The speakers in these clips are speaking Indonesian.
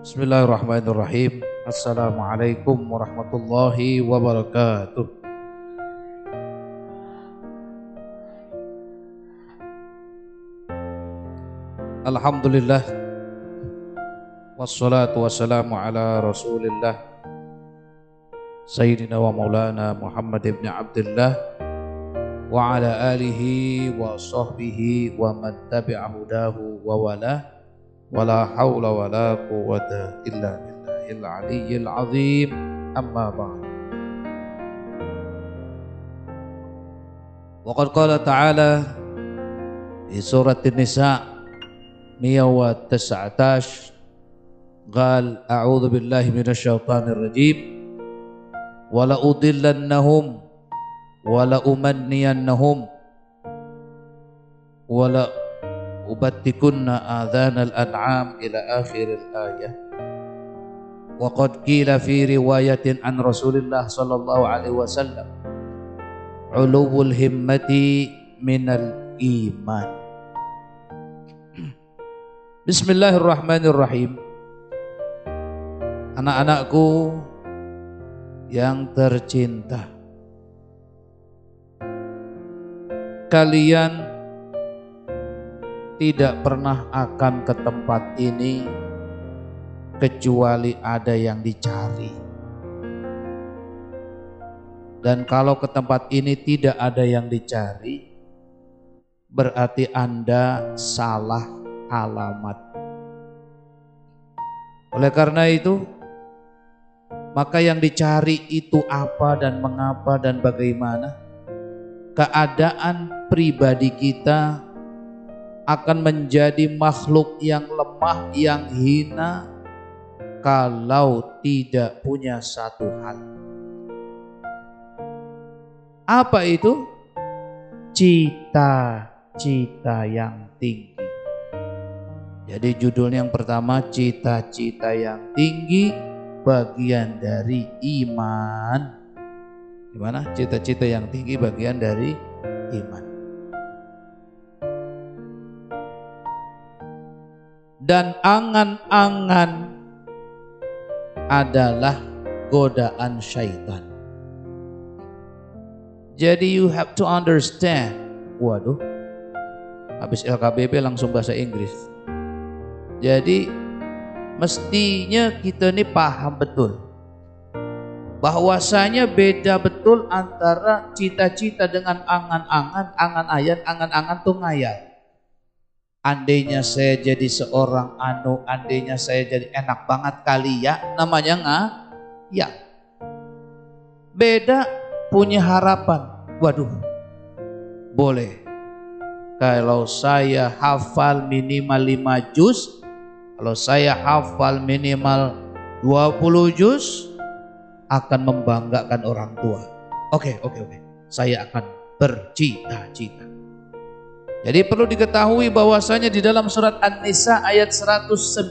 Bismillahirrahmanirrahim. Assalamualaikum warahmatullahi wabarakatuh. Alhamdulillah, wassalatu wassalamu ala rasulillah Sayyidina wa maulana Muhammad ibn Abdullah wa ala alihi wa sahbihi wa man tabi'a hudahu wa wala wala hawla wala quwwata illa billahil aliyyil azim. Amma ba'd. Wa qad qala ta'ala di surat An-Nisa 119, qal a'udzu billahi minasyaitonir rajim wa la udillannahum wa la umanniyannahum wa la ubattikunna adhanal an'am ila akhiril ayah. Wa qad qila fi riwayatin an Rasulillah sallallahu alaihi wasallam ulul himmati minal iman. Bismillahirrahmanirrahim. Anak-anakku yang tercinta, kalian tidak pernah akan ke tempat ini kecuali ada yang dicari. Dan kalau ke tempat ini tidak ada yang dicari, berarti Anda salah alamat. Oleh karena itu, maka yang dicari itu apa dan mengapa dan bagaimana? Keadaan pribadi kita akan menjadi makhluk yang lemah, yang hina kalau tidak punya satu hal. Apa itu? Cita-cita yang tinggi. Jadi judulnya yang pertama, cita-cita yang tinggi, bagian dari iman. Gimana? Cita-cita yang tinggi bagian dari iman. Dan angan-angan adalah godaan syaitan. Jadi you have to understand. Waduh, habis LKBP langsung bahasa Inggris. Jadi mestinya kita ini paham betul bahwasanya beda betul antara cita-cita dengan angan-angan. Angan-angan tuh ngayal. Andainya saya jadi seorang andainya saya jadi enak banget kali ya, namanya ya. Beda punya harapan. Waduh, boleh kalau saya hafal minimal 5 juz, kalau saya hafal minimal 20 juz, akan membanggakan orang tua. Oke. Saya akan bercita-cita. Jadi perlu diketahui bahwasanya di dalam surat An-Nisa ayat 119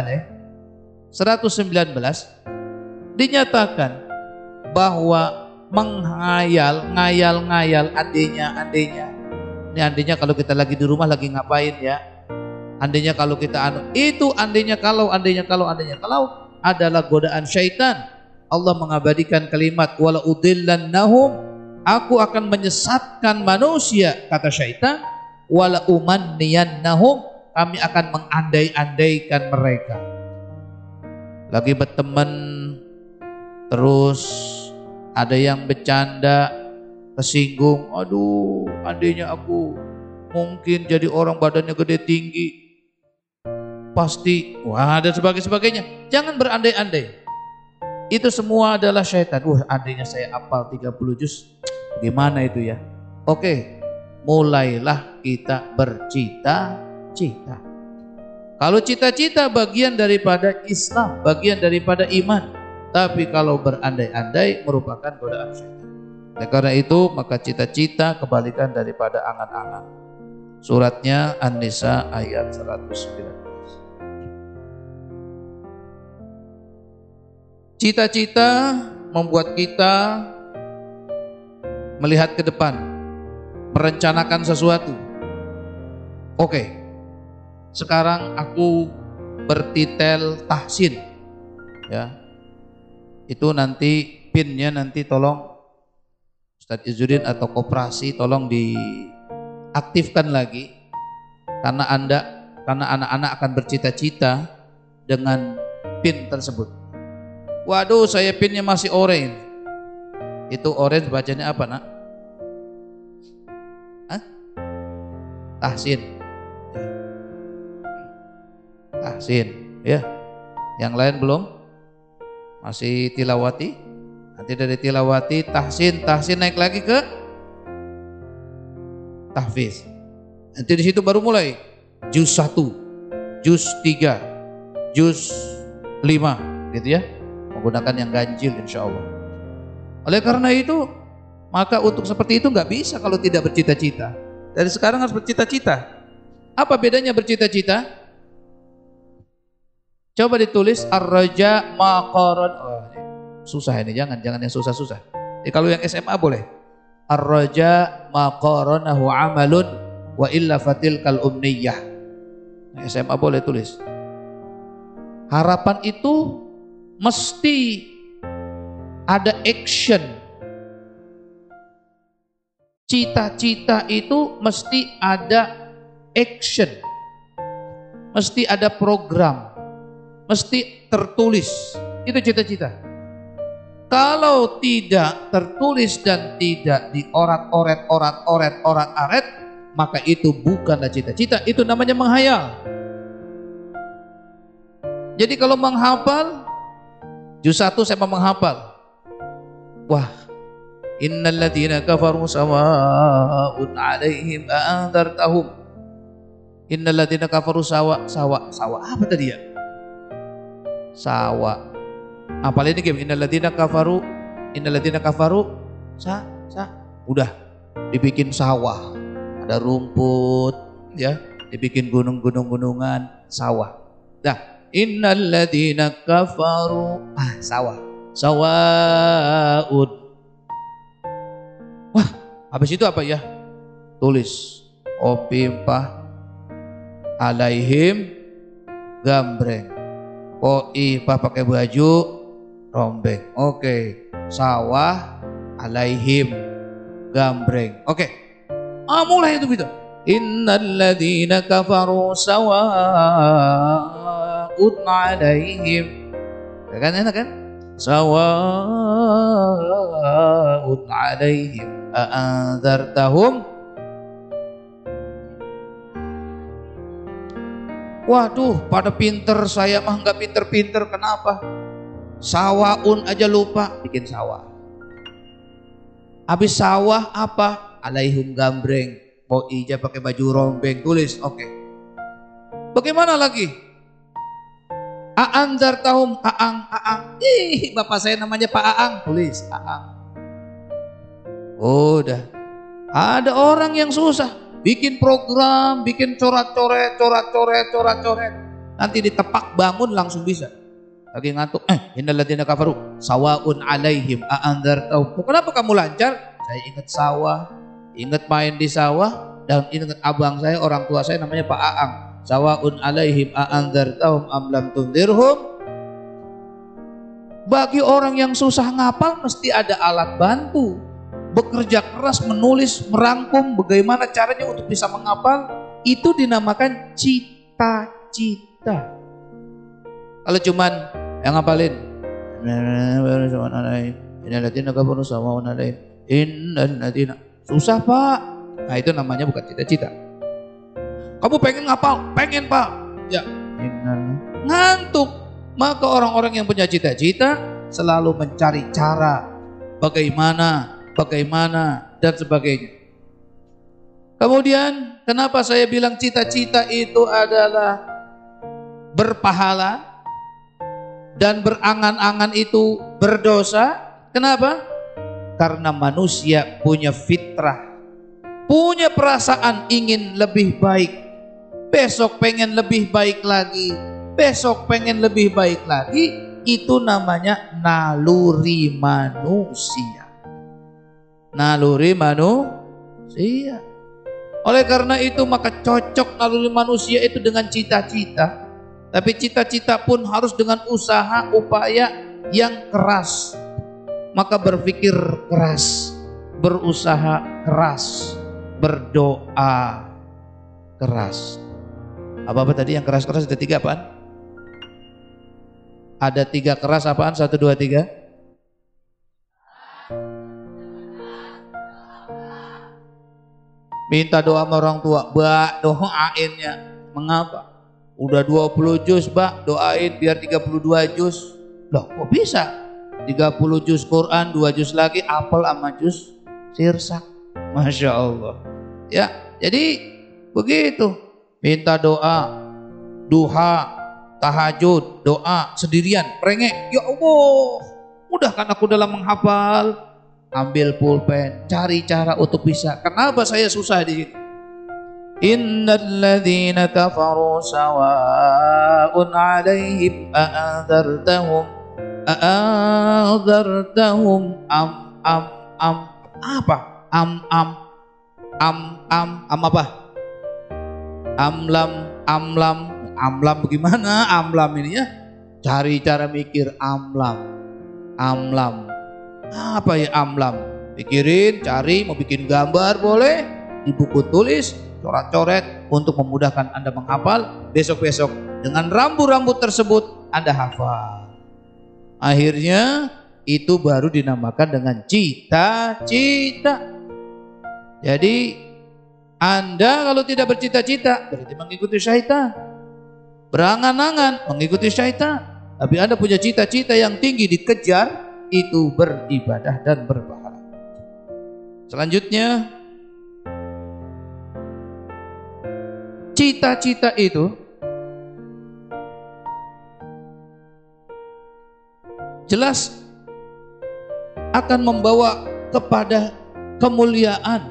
dinyatakan bahwa ngayal andainya. Ini andainya kalau kita lagi di rumah lagi ngapain ya? Andainya kalau kita itu andainya kalau adalah godaan syaitan. Allah mengabadikan kalimat wala udillannahum, aku akan menyesatkan manusia, kata syaitan. Wala umanniyannahum, kami akan mengandai-andaikan mereka. Lagi berteman terus ada yang bercanda, kesinggung, aduh andainya aku mungkin jadi orang badannya gede tinggi, pasti wah dan sebagainya. Jangan berandai-andai. Itu semua adalah syaitan. Andainya saya hafal 30 juz, gimana itu ya? Oke, mulailah kita bercita-cita. Kalau cita-cita bagian daripada Islam, bagian daripada iman. Tapi kalau berandai-andai merupakan godaan syaitan. Oleh karena itu maka cita-cita kebalikan daripada angan-angan. Suratnya An-Nisa ayat 119. Cita-cita membuat kita melihat ke depan, merencanakan sesuatu. Oke, sekarang aku bertitel tahsin ya. Itu nanti pinnya nanti tolong Ustadz Izzuddin atau koperasi tolong diaktifkan lagi karena anak-anak akan bercita-cita dengan pin tersebut. Waduh, saya pinnya masih orange. Itu orange bacanya apa, Nak? Hah? Tahsin. Tahsin, ya. Yang lain belum? Masih tilawati? Nanti dari tilawati tahsin naik lagi ke tahfiz. Nanti di situ baru mulai juz 1, juz 3, juz 5 gitu ya. Menggunakan yang ganjil insya Allah. Oleh karena itu, maka untuk seperti itu nggak bisa kalau tidak bercita-cita. Dari sekarang harus bercita-cita. Apa bedanya bercita-cita? Coba ditulis ar-raja maqaran. Oh, susah ini, jangan yang susah-susah. Kalau yang SMA boleh. Ar-raja maqaranahu amalun wa illa fatil kal umniyah. SMA boleh tulis. Harapan itu mesti ada action. Cita-cita itu mesti ada action. Mesti ada program. Mesti tertulis. Itu cita-cita. Kalau tidak tertulis dan tidak diorat-oret, maka itu bukanlah cita-cita, itu namanya menghayal. Jadi kalau menghafal, juz 1 saya mau menghafal. Wah, innal ladzina kafaru sawa'un 'alaihim a'andzartahum. Innal ladzina kafaru sawa apa tadi ya? Sawa. Apal ini game innal ladzina kafaru udah dibikin sawah. Ada rumput ya, dibikin gunungan, sawah. Dah, innal ladzina kafaru sawah. Sawaun. Wah, habis itu apa ya? Tulis opimpa alaihim gambreng. Ipa pakai baju rombeng. Oke. Sawah alaihim gambreng. Oke. Mulai itu gitu. Innal ladzina kafaru sawa'un alaihim. Kan enak kan? Sawa'un alaihim a'andzartahum. Waduh, pada pinter, saya mah nggak pinter-pinter. Kenapa? Sawaun aja lupa, bikin sawah. Habis sawah apa? Alaihum gambreng. Ija pakai baju rombeng, tulis. Oke. Bagaimana lagi? A'andzartahum, Aang. Bapak saya namanya Pak Aang, tulis Aang. Udah. Ada orang yang susah. Bikin program, bikin coret-coret. Nanti ditepak bangun langsung bisa. Lagi ngantuk, innal ladzina kafaru sawaun alaihim a'andzartahum. Kenapa kamu lancar? Saya ingat sawah, ingat main di sawah, dan ingat abang saya, orang tua saya namanya Pak Aang. Sawaun alaihim a'andzartahum am lam tunzirhum. Bagi orang yang susah ngapal mesti ada alat bantu. Bekerja keras, menulis, merangkum bagaimana caranya untuk bisa menghafal, itu dinamakan cita-cita. Kalau cuman yang ngapalin susah Pak, nah itu namanya bukan cita-cita. Kamu pengen ngapal? Pengen Pak, ya ngantuk. Maka orang-orang yang punya cita-cita selalu mencari cara bagaimana dan sebagainya. Kemudian kenapa saya bilang cita-cita itu adalah berpahala dan berangan-angan itu berdosa? Kenapa? Karena manusia punya fitrah, punya perasaan ingin lebih baik. Besok pengen lebih baik lagi, besok pengen lebih baik lagi. Itu namanya naluri manusia. Naluri manusia. Oleh karena itu maka cocok naluri manusia itu dengan cita-cita. Tapi cita-cita pun harus dengan usaha, upaya yang keras. Maka berpikir keras, berusaha keras, berdoa keras. Apa tadi yang keras-keras? Ada 3 apaan? Ada 3 keras apaan? 1, 2, 3. Minta doa sama orang tua. Mbak, doainnya. Mengapa? Udah 20 juz, Mbak, doain biar 32 juz. Loh, kok bisa? 30 juz Quran, 2 juz lagi apel sama juz sirsak. Masya Allah. Ya, jadi begitu. Minta doa, duha, tahajud, doa sendirian, rengek. Ya Allah, mudahkan aku dalam menghafal. Ambil pulpen, cari cara untuk bisa. Kenapa saya susah di sini? Innal ladzina kafaru sawa'un 'alaihim a'adzartahum apa? Apa? Amlam bagaimana amlam ini ya? Cari cara mikir amlam. Apa ya amlam? Pikirin, cari, mau bikin gambar boleh, di buku tulis, coret-coret untuk memudahkan Anda menghafal. Besok-besok dengan rambu-rambu tersebut Anda hafal. Akhirnya itu baru dinamakan dengan cita-cita. Jadi Anda kalau tidak bercita-cita berarti mengikuti syaitan. Berangan-angan mengikuti syaitan. Tapi Anda punya cita-cita yang tinggi dikejar, itu beribadah dan berpahala. Selanjutnya, cita-cita itu jelas akan membawa kepada kemuliaan.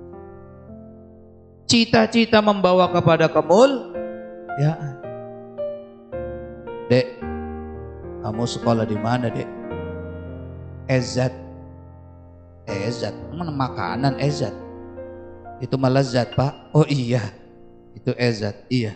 Cita-cita membawa kepada kemuliaan. Dek, kamu sekolah di mana, Dek? Ezat, mana makanan ezat? Itu malah zat, Pak. Oh iya, itu ezat, iya.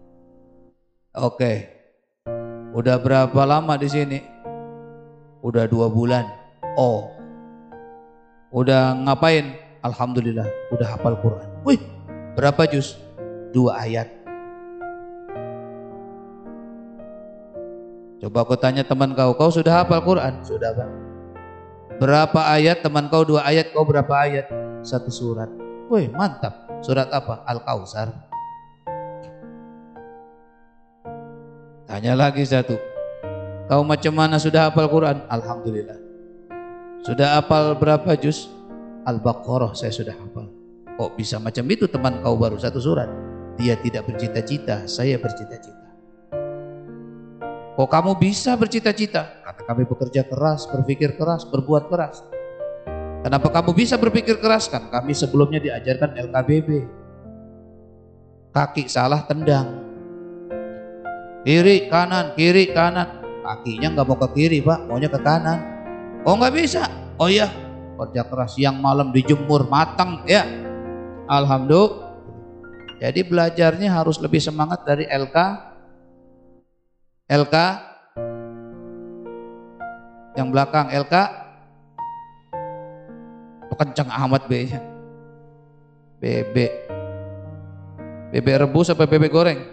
Oke. Udah berapa lama di sini? Udah 2 bulan. Oh, udah ngapain? Alhamdulillah, udah hafal Quran. Wih, berapa juz? 2 ayat. Coba aku tanya teman kau sudah hafal Quran? Sudah, Pak. Berapa ayat? Teman kau 2 ayat, kau berapa ayat? 1 surat. Wih, mantap. Surat apa? Al-Kautsar. Tanya lagi 1. Kau macam mana sudah hafal Quran? Alhamdulillah. Sudah hafal berapa juz? Al-Baqarah saya sudah hafal. Kok bisa macam itu teman kau baru 1 surat? Dia tidak bercita-cita, saya bercita-cita. Kok kamu bisa bercita-cita? Karena kami bekerja keras, berpikir keras, berbuat keras. Kenapa kamu bisa berpikir keras? Kan kami sebelumnya diajarkan LKBB. Kaki salah tendang. Kiri kanan, kiri kanan. Kakinya nggak mau ke kiri, Pak, maunya ke kanan. Oh nggak bisa. Oh iya, kerja keras siang malam dijemur matang ya. Alhamdulillah. Jadi belajarnya harus lebih semangat dari LK yang belakang LK kencang amat B-nya. Bebek rebus apa bebek goreng?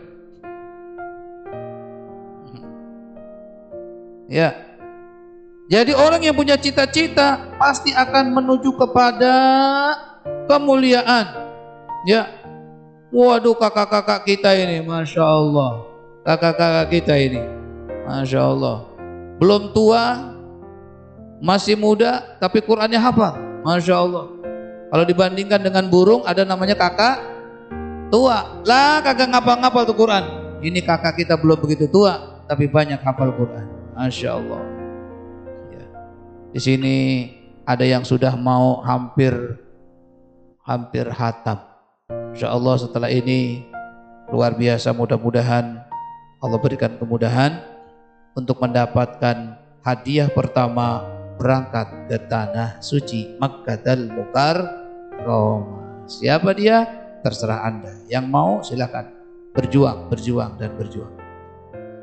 Ya. Jadi orang yang punya cita-cita pasti akan menuju kepada kemuliaan. Ya. Waduh, kakak-kakak kita ini, Masya Allah. Kakak-kakak kita ini, Masya Allah. Belum tua, masih muda, tapi Qurannya hafal. Masya Allah. Kalau dibandingkan dengan burung, ada namanya kakak tua. Lah, kagak ngapal-ngapal tuh Quran. Ini kakak kita belum begitu tua, tapi banyak hafal Quran. Masya Allah. Ya. Di sini ada yang sudah mau hampir hatam. Insya Allah setelah ini luar biasa, mudah-mudahan Allah berikan kemudahan untuk mendapatkan hadiah pertama berangkat ke tanah suci Makkahul Mukarramah. Siapa dia? Terserah Anda. Yang mau silakan berjuang dan berjuang.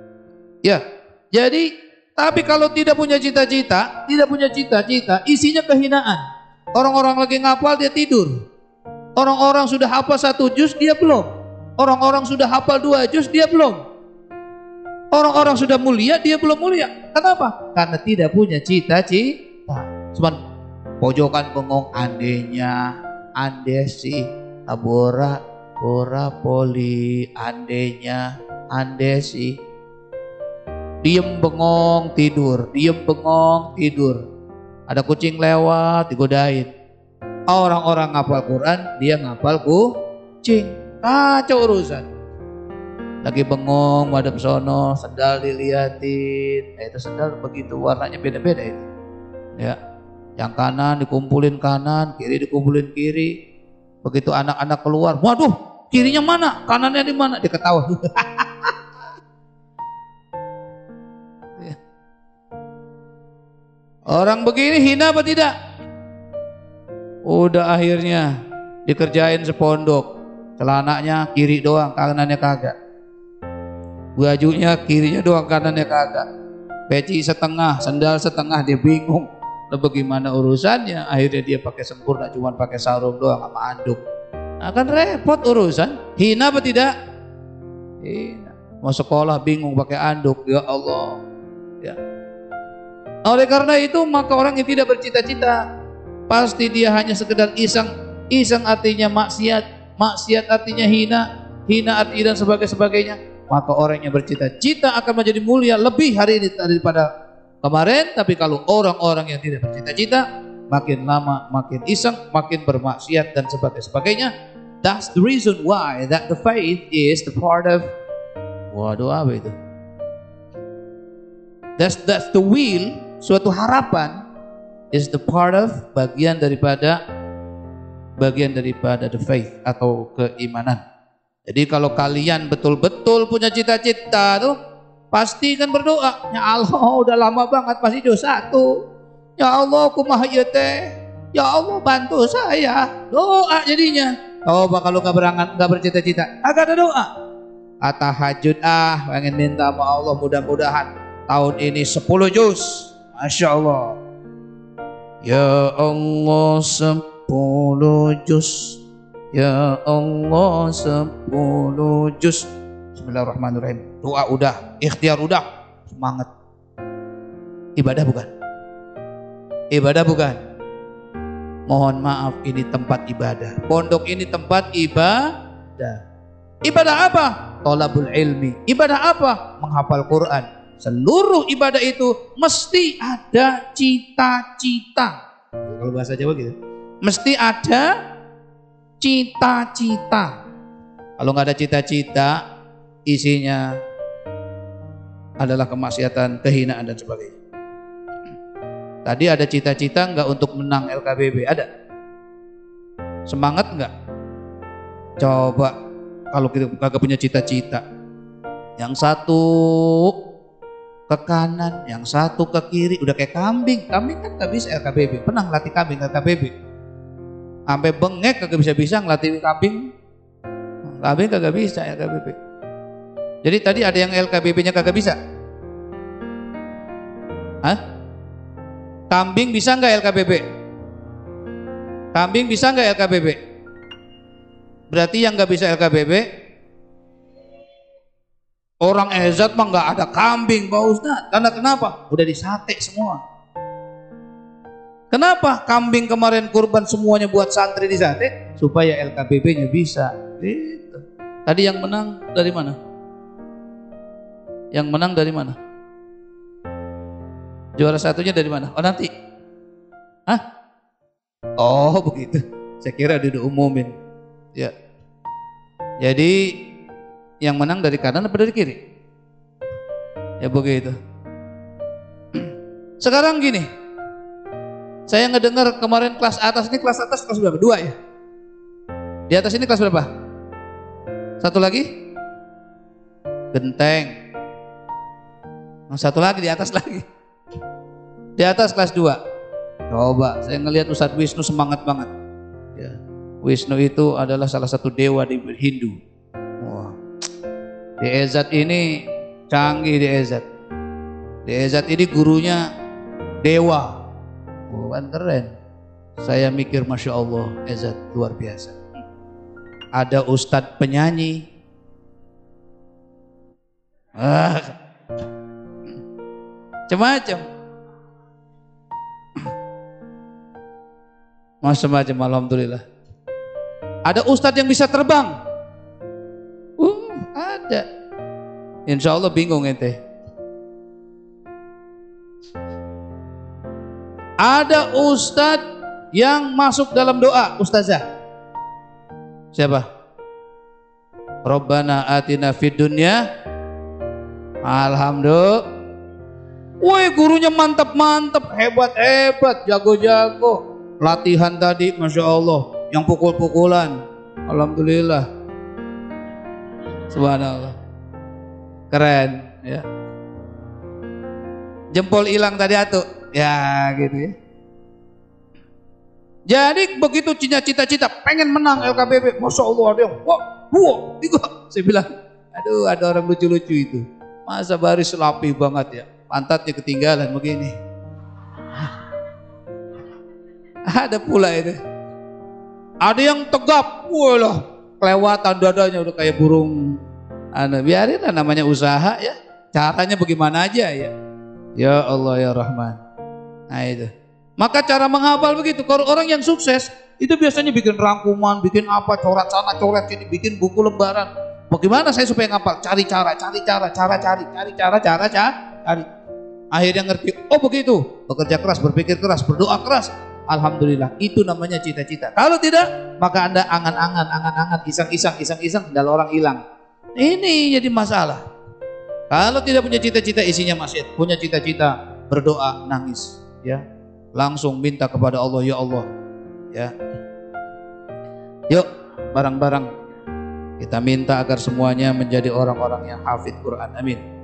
Ya, jadi tapi kalau tidak punya cita-cita, isinya kehinaan. Orang-orang lagi ngapal dia tidur. Orang-orang sudah hafal 1 juz dia belum. Orang-orang sudah hafal 2 juz dia belum. Orang-orang sudah mulia dia belum mulia. Kenapa? Karena tidak punya cita-cita. Cuman pojokan bengong andenya, andesi, abora, ora poli, andenya, andesi. Diem bengong tidur, diem bengong tidur. Ada kucing lewat digodain. Orang-orang ngapal Quran, dia ngapal kucing. Kacau urusan. Lagi bengong madep sono, sendal diliatin. Itu sendal begitu warnanya beda-beda itu. Ya. Yang kanan dikumpulin kanan, kiri dikumpulin kiri. Begitu anak-anak keluar, waduh, kirinya mana? Kanannya di mana? Dia ketawa. Orang begini hina apa tidak? Udah akhirnya dikerjain sepondok. Celananya kiri doang, kanannya kagak. Bajunya kirinya doang, kanannya kagak. Peci setengah, sandal setengah, dia bingung. Lah bagaimana urusannya? Akhirnya dia pakai sempurna, cuma pakai sarung doang sama anduk. Nah, kan repot urusan. Hina apa tidak? Hina. Mau sekolah bingung pakai anduk, ya Allah. Ya. Oleh karena itu maka orang yang tidak bercita-cita pasti dia hanya sekedar iseng. Iseng artinya maksiat, maksiat artinya hina, hina artinya dan sebagainya. Maka orang yang bercita-cita akan menjadi mulia lebih hari ini daripada kemarin. Tapi kalau orang-orang yang tidak bercita-cita, makin lama makin iseng, makin bermaksiat dan sebagainya. That's the reason why that the faith is the part of, waduh apa itu? That's the will. Suatu harapan is the part of bagian daripada the faith atau keimanan. Jadi kalau kalian betul-betul punya cita-cita tuh pasti kan berdoa, ya Allah udah lama banget masih dosa tuh. Ya Allah kumaha ieu teh? Ya Allah bantu saya. Doa jadinya. Coba kalau enggak bercita-cita, agak ada doa. Tahajud pengen minta sama Allah mudah-mudahan tahun ini 10 juz. Masya Allah. Ya Allah 10 juz. Ya Allah 10 juz. Bismillahirrahmanirrahim. Doa udah, ikhtiar udah, semangat. Ibadah bukan? Ibadah bukan? Mohon maaf, ini tempat ibadah. Pondok ini tempat ibadah. Ibadah apa? Thalabul ilmi. Ibadah apa? Menghafal Quran. Seluruh ibadah itu mesti ada cita-cita. Kalau bahasa Jawa gitu. Mesti ada cita-cita. Kalau nggak ada cita-cita, isinya adalah kemaksiatan, kehinaan dan sebagainya. Tadi ada cita-cita nggak untuk menang LKBB? Ada. Semangat nggak? Coba kalau kita kagak punya cita-cita, yang satu ke kanan, yang satu ke kiri, udah kayak kambing. Kambing kan gak bisa LKBB. Pernah ngelatih kambing LKBB? Sampai bengek kagak bisa ngelatih kambing. Kambing kagak bisa LKBB. Jadi tadi ada yang LKBB-nya kagak bisa. Hah? Kambing bisa nggak LKBB? Kambing bisa nggak LKBB? Berarti yang nggak bisa LKBB orang ezat mah nggak ada kambing Pak Ustadz. Karena kenapa? Udah disate semua. Kenapa kambing kemarin kurban semuanya buat santri disate? Supaya LKBB-nya bisa. Gitu. Tadi yang menang dari mana? Yang menang dari mana? Juara satunya dari mana? Oh nanti. Hah? Oh begitu. Saya kira udah umumin. Ya. Jadi yang menang dari kanan apa dari kiri? Ya begitu. Sekarang gini, saya ngedengar kemarin kelas atas ini, kelas atas kelas berapa? 2 ya? Di atas ini kelas berapa? Satu lagi? Genteng. Satu lagi di atas lagi. Di atas kelas 2. Coba saya ngelihat Ustadz Wisnu semangat banget. Ya. Wisnu itu adalah salah satu dewa di Hindu. Wah. Di Ezat ini canggih di Ezat. Di EZ ini gurunya dewa. Oh, kan keren. Saya mikir Masya Allah, EZ luar biasa. Ada ustadz penyanyi. Macam-macam. Macam-macam, alhamdulillah. Ada ustadz yang bisa terbang. Ada. Insya Allah bingung ente. Ada ustadz yang masuk dalam doa, ustazah. Siapa? Rabbana atina fid dunya. Alhamdulillah. Woi, gurunya mantap-mantap, hebat-hebat, jago-jago. Latihan tadi, Masya Allah, yang pukul-pukulan. Alhamdulillah. Subhanallah. Keren ya. Jempol hilang tadi atuh. Ya gitu ya. Jadi begitu cita-cita pengen menang LKPP, Masya Allah ada yang wah, saya bilang, aduh ada orang lucu-lucu itu. Masa baris rapi banget ya, pantatnya ketinggalan begini. Ada pula itu. Ada yang tegap, wah kelewatan dadanya udah kayak burung. Biarin lah, namanya usaha ya. Caranya bagaimana aja ya. Ya Allah ya Rahman. Nah itu. Maka cara menghafal begitu. Kalau orang yang sukses itu biasanya bikin rangkuman, bikin apa, coret sana, coret sini, bikin buku lembaran. Bagaimana saya supaya ngapal? Cari cara. Akhirnya ngerti. Oh begitu. Bekerja keras, berpikir keras, berdoa keras. Alhamdulillah. Itu namanya cita-cita. Kalau tidak, maka Anda angan-angan, iseng-iseng, dan orang hilang. Ini jadi masalah. Kalau tidak punya cita-cita, isinya maksiat. Punya cita-cita, berdoa, nangis, ya. Langsung minta kepada Allah, ya Allah, ya. Yuk bareng-bareng kita minta agar semuanya menjadi orang-orang yang hafid Quran. Amin.